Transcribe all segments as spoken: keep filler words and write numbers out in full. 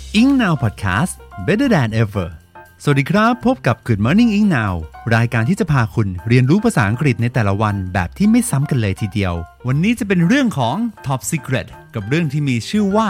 Ink Now Podcast Better Than Ever สวัสดีครับพบกับ Good Morning Ink Now รายการที่จะพาคุณเรียนรู้ภาษาอังกฤษในแต่ละวันแบบที่ไม่ซ้ำกันเลยทีเดียววันนี้จะเป็นเรื่องของ Top Secret กับเรื่องที่มีชื่อว่า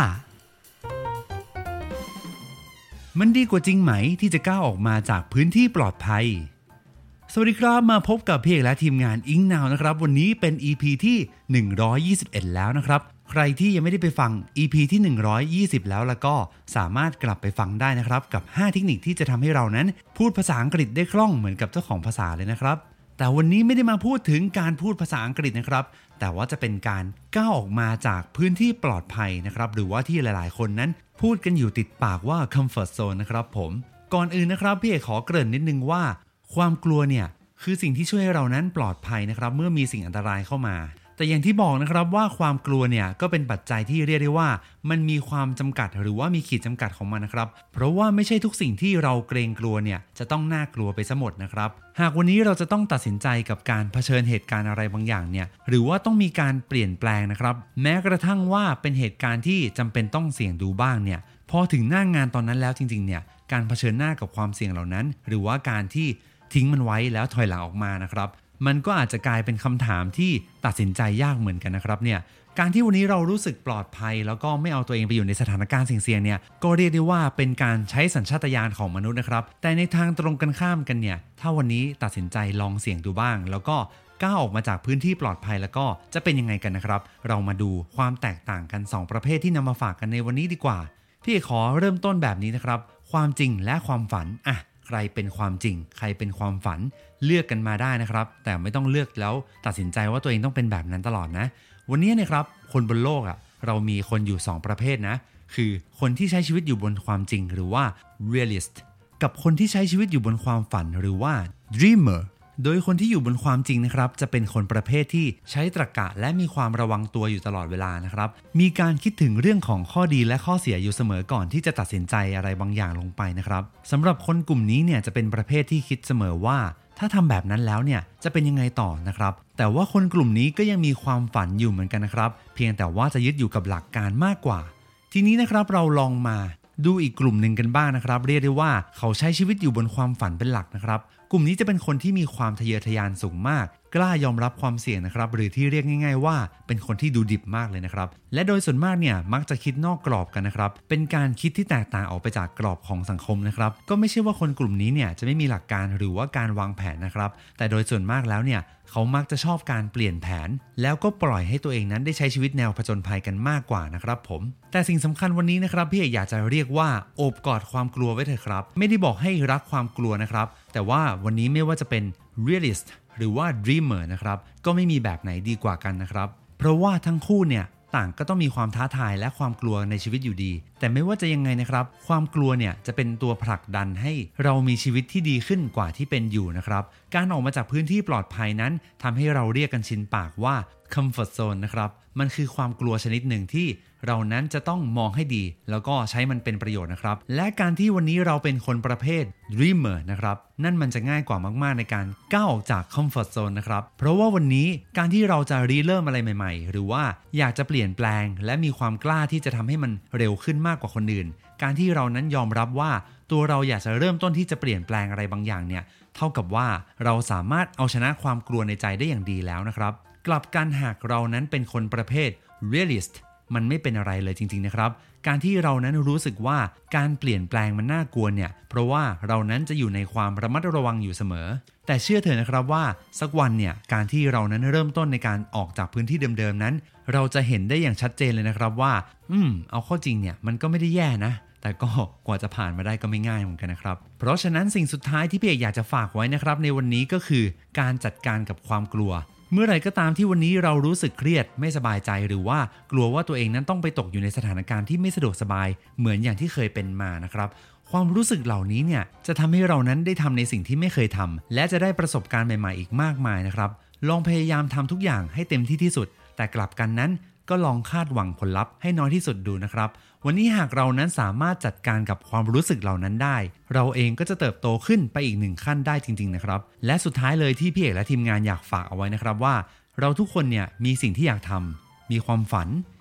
มันดีกว่าจริงไหมที่จะก้าวออกมาจากพื้นที่ปลอดภัยสวัสดีครับมาพบกับพี่เอกและทีมงาน Ink Now นะครับวันนี้เป็น อี พี ที่หนึ่งร้อยยี่สิบเอ็ดแล้วนะครับใครที่ยังไม่ได้ไปฟัง อี พี ที่หนึ่งร้อยยี่สิบแล้วแล้วก็สามารถกลับไปฟังได้นะครับกับห้าเทคนิคที่จะทำให้เรานั้นพูดภาษาอังกฤษได้คล่องเหมือนกับเจ้าของภาษาเลยนะครับแต่วันนี้ไม่ได้มาพูดถึงการพูดภาษาอังกฤษนะครับแต่ว่าจะเป็นการก้าวออกมาจากพื้นที่ปลอดภัยนะครับหรือว่าที่หลายๆคนนั้นพูดกันอยู่ติดปากว่า comfort zone นะครับผมก่อนอื่นนะครับพี่เอกขอเกริ่นนิดนึงว่าความกลัวเนี่ยคือสิ่งที่ช่วยให้เรานั้นปลอดภัยนะครับเมื่อมีสิ่งอันตรายเข้ามาแต่อย่างที่บอกนะครับว่าความกลัวเนี่ยก็เป็นปัจจัยที่เรียกได้ว่ามันมีความจำกัดหรือว่ามีขีดจำกัดของมันนะครับเพราะว่าไม่ใช่ทุกสิ่งที่เราเกรงกลัวเนี่ยจะต้องน่ากลัวไปซะหมดนะครับหากวันนี้เราจะต้องตัดสินใจกับการเผชิญเหตุการณ์อะไรบางอย่างเนี่ยหรือว่าต้องมีการเปลี่ยนแปลงนะครับแม้กระทั่งว่าเป็นเหตุการณ์ที่จำเป็นต้องเสี่ยงดูบ้างเนี่ยพอถึงหน้างานตอนนั้นแล้วจริงๆเนี่ยการเผชิญหน้ากับความเสี่ยงเหล่านั้นหรือว่าการที่ทิ้งมันไว้แล้วถอยหลังออกมานะครับมันก็อาจจะกลายเป็นคำถามที่ตัดสินใจยากเหมือนกันนะครับเนี่ยการที่วันนี้เรารู้สึกปลอดภัยแล้วก็ไม่เอาตัวเองไปอยู่ในสถานการณ์เสี่ยงๆเนี่ยก็เรียกได้ว่าเป็นการใช้สัญชาตญาณของมนุษย์นะครับแต่ในทางตรงกันข้ามกันเนี่ยถ้าวันนี้ตัดสินใจลองเสี่ยงดูบ้างแล้วก็ก้าวออกมาจากพื้นที่ปลอดภัยแล้วก็จะเป็นยังไงกันนะครับเรามาดูความแตกต่างกันสองประเภทที่นำมาฝากกันในวันนี้ดีกว่าพี่ขอเริ่มต้นแบบนี้นะครับความจริงและความฝันอ่ะใครเป็นความจริงใครเป็นความฝันเลือกกันมาได้นะครับแต่ไม่ต้องเลือกแล้วตัดสินใจว่าตัวเองต้องเป็นแบบนั้นตลอดนะวันนี้เนี่ยครับคนบนโลกอ่ะเรามีคนอยู่สองประเภทนะคือคนที่ใช้ชีวิตอยู่บนความจริงหรือว่า realist กับคนที่ใช้ชีวิตอยู่บนความฝันหรือว่า dreamer โดยคนที่อยู่บนความจริงนะครับจะเป็นคนประเภทที่ใช้ตรรกะและมีความระวังตัวอยู่ตลอดเวลานะครับมีการคิดถึงเรื่องของข้อดีและข้อเสียอยู่เสมอก่อนที่จะตัดสินใจอะไรบางอย่างลงไปนะครับสำหรับคนกลุ่มนี้เนี่ยจะเป็นประเภทที่คิดเสมอว่าถ้าทำแบบนั้นแล้วเนี่ยจะเป็นยังไงต่อนะครับแต่ว่าคนกลุ่มนี้ก็ยังมีความฝันอยู่เหมือนกันนะครับเพียงแต่ว่าจะยึดอยู่กับหลักการมากกว่าทีนี้นะครับเราลองมาดูอีกกลุ่มหนึ่งกันบ้างนะครับเรียกได้ว่าเขาใช้ชีวิตอยู่บนความฝันเป็นหลักนะครับกลุ่มนี้จะเป็นคนที่มีความทะเยอทะยานสูงมากกล้ายอมรับความเสี่ยงนะครับหรือที่เรียกง่ายๆว่าเป็นคนที่ดูดิบมากเลยนะครับและโดยส่วนมากเนี่ยมักจะคิดนอกกรอบกันนะครับเป็นการคิดที่แตกต่างออกไปจากกรอบของสังคมนะครับก็ไม่ใช่ว่าคนกลุ่มนี้เนี่ยจะไม่มีหลักการหรือว่าการวางแผนนะครับแต่โดยส่วนมากแล้วเนี่ยเขามักจะชอบการเปลี่ยนแผนแล้วก็ปล่อยให้ตัวเองนั้นได้ใช้ชีวิตแนวผจญภัยกันมากกว่านะครับผมแต่สิ่งสำคัญวันนี้นะครับพี่เอกอยากจะเรียกว่าโอบกอดความกลัวไว้เถอะครับไม่ได้บอกให้รักความกลัวนะครับแต่ว่าวันนี้ไม่ว่าจะเป็น realist หรือว่า dreamer นะครับก็ไม่มีแบบไหนดีกว่ากันนะครับเพราะว่าทั้งคู่เนี่ยต่างก็ต้องมีความท้าทายและความกลัวในชีวิตอยู่ดีแต่ไม่ว่าจะยังไงนะครับความกลัวเนี่ยจะเป็นตัวผลักดันให้เรามีชีวิตที่ดีขึ้นกว่าที่เป็นอยู่นะครับการออกมาจากพื้นที่ปลอดภัยนั้นทำให้เราเรียกกันชินปากว่า comfort zone นะครับมันคือความกลัวชนิดหนึ่งที่เรานั้นจะต้องมองให้ดีแล้วก็ใช้มันเป็นประโยชน์นะครับและการที่วันนี้เราเป็นคนประเภท dreamer นะครับนั่นมันจะง่ายกว่ามากๆในการก้าวออกจาก comfort zone นะครับเพราะว่าวันนี้การที่เราจะรีเริ่มอะไรใหม่ๆหรือว่าอยากจะเปลี่ยนแปลงและมีความกล้าที่จะทำให้มันเร็วขึ้นมากกว่าคนอื่นการที่เรานั้นยอมรับว่าตัวเราอยากจะเริ่มต้นที่จะเปลี่ยนแปลงอะไรบางอย่างเนี่ยเท่ากับว่าเราสามารถเอาชนะความกลัวในใจได้อย่างดีแล้วนะครับกลับกันหากเรานั้นเป็นคนประเภท realistมันไม่เป็นอะไรเลยจริงๆนะครับการที่เรานั้นรู้สึกว่าการเปลี่ยนแปลงมันน่ากลัวเนี่ยเพราะว่าเรานั้นจะอยู่ในความระมัดระวังอยู่เสมอแต่เชื่อเถอะนะครับว่าสักวันเนี่ยการที่เรานั้นเริ่มต้นในการออกจากพื้นที่เดิมๆนั้นเราจะเห็นได้อย่างชัดเจนเลยนะครับว่าอืมเอาเข้าจริงเนี่ยมันก็ไม่ได้แย่นะแต่ก็กว่าจะผ่านมาได้ก็ไม่ง่ายเหมือนกันนะครับเพราะฉะนั้นสิ่งสุดท้ายที่พี่เอกอยากจะฝากไว้นะครับในวันนี้ก็คือการจัดการกับความกลัวเมื่อไหร่ก็ตามที่วันนี้เรารู้สึกเครียดไม่สบายใจหรือว่ากลัวว่าตัวเองนั้นต้องไปตกอยู่ในสถานการณ์ที่ไม่สะดวกสบายเหมือนอย่างที่เคยเป็นมานะครับความรู้สึกเหล่านี้เนี่ยจะทำให้เรานั้นได้ทำในสิ่งที่ไม่เคยทำและจะได้ประสบการณ์ใหม่ๆอีกมากมายนะครับลองพยายามทำทุกอย่างให้เต็มที่ที่สุดแต่กลับกันนั้นก็ลองคาดหวังผลลัพธ์ให้น้อยที่สุดดูนะครับวันนี้หากเรานั้นสามารถจัดการกับความรู้สึกเหล่านั้นได้เราเองก็จะเติบโตขึ้นไปอีกหนึ่งขั้นได้จริงๆนะครับและสุดท้ายเลยที่พี่เอกและทีมงานอยากฝากเอาไว้นะครับว่าเราทุกคนเนี่ยมีสิ่งที่อยากทำมีความฝัน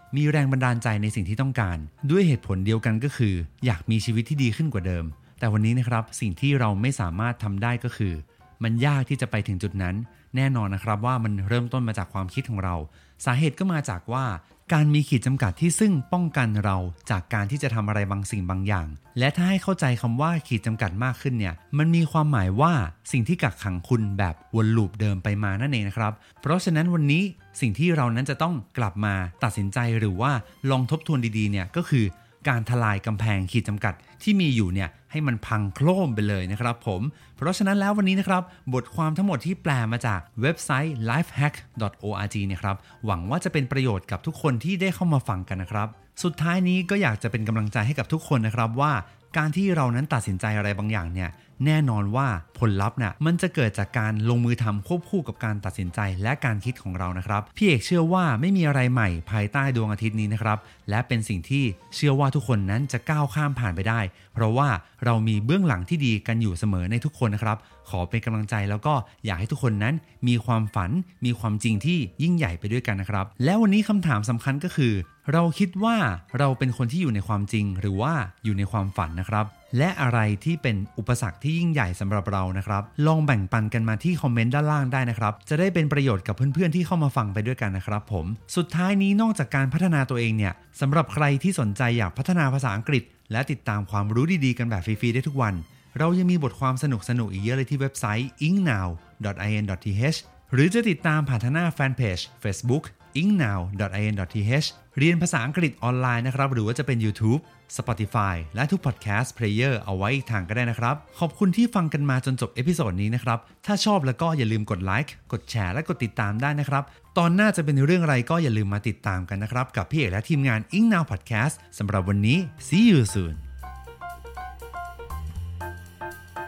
มีแรงบันดาลใจในสิ่งที่ต้องการด้วยเหตุผลเดียวกันก็คืออยากมีชีวิตที่ดีขึ้นกว่าเดิมแต่วันนี้นะครับสิ่งที่เราไม่สามารถทำได้ก็คือมันยากที่จะไปถึงจุดนั้นแน่นอนนะครับว่ามันเริ่มต้นมาจากความคิดของเราสาเหตุก็มาจากว่าการมีขีดจำกัดที่ซึ่งป้องกันเราจากการที่จะทำอะไรบางสิ่งบางอย่างและถ้าให้เข้าใจคำว่าขีดจำกัดมากขึ้นเนี่ยมันมีความหมายว่าสิ่งที่กักขังคุณแบบวนลูปเดิมไปมานั่นเองนะครับเพราะฉะนั้นวันนี้สิ่งที่เรานั้นจะต้องกลับมาตัดสินใจหรือว่าลองทบทวนดีๆเนี่ยก็คือการทลายกำแพงขีดจำกัดที่มีอยู่เนี่ยให้มันพังโครมไปเลยนะครับผมเพราะฉะนั้นแล้ววันนี้นะครับบทความทั้งหมดที่แปลมาจากเว็บไซต์ ไลฟ์แฮ็ก ดอท โอ อาร์ จี เนี่ยครับหวังว่าจะเป็นประโยชน์กับทุกคนที่ได้เข้ามาฟังกันนะครับสุดท้ายนี้ก็อยากจะเป็นกำลังใจให้กับทุกคนนะครับว่าการที่เรานั้นตัดสินใจอะไรบางอย่างเนี่ยแน่นอนว่าผลลัพธ์น่ะมันจะเกิดจากการลงมือทำควบคู่กับการตัดสินใจและการคิดของเรานะครับพี่เอกเชื่อว่าไม่มีอะไรใหม่ภายใต้ดวงอาทิตย์นี้นะครับและเป็นสิ่งที่เชื่อว่าทุกคนนั้นจะก้าวข้ามผ่านไปได้เพราะว่าเรามีเบื้องหลังที่ดีกันอยู่เสมอในทุกคนนะครับขอเป็นกำลังใจแล้วก็อยากให้ทุกคนนั้นมีความฝันมีความจริงที่ยิ่งใหญ่ไปด้วยกันนะครับและวันนี้คำถามสำคัญก็คือเราคิดว่าเราเป็นคนที่อยู่ในความจริงหรือว่าอยู่ในความฝันนะครับและอะไรที่เป็นอุปสรรคที่ยิ่งใหญ่สำหรับเรานะครับลองแบ่งปันกันมาที่คอมเมนต์ด้านล่างได้นะครับจะได้เป็นประโยชน์กับเพื่อนๆที่เข้ามาฟังไปด้วยกันนะครับผมสุดท้ายนี้นอกจากการพัฒนาตัวเองเนี่ยสำหรับใครที่สนใจอยากพัฒนาภาษาอังกฤษและติดตามความรู้ดีๆกันแบบฟรีๆได้ทุกวันเรายังมีบทความสนุกๆอีกเยอะเลยที่เว็บไซต์ อิงนาว ดอท ไอ เอ็น ดอท ที เอช หรือจะติดตามผ่านทางหน้าแฟนเพจ Facebook อิงนาว ดอท ไอ เอ็น ดอท ที เอช เรียนภาษาอังกฤษออนไลน์นะครับหรือว่าจะเป็น YouTube Spotify และทุก Podcast Player เอาไว้อีกทางก็ได้นะครับขอบคุณที่ฟังกันมาจนจบเอพิโซดนี้นะครับถ้าชอบแล้วก็อย่าลืมกดไลค์กดแชร์และกดติดตามได้นะครับตอนหน้าจะเป็นเรื่องอะไรก็อย่าลืมมาติดตามกันนะครับกับพี่เอกและทีมงาน Ink Now Podcast สำหรับวันนี้ See you soon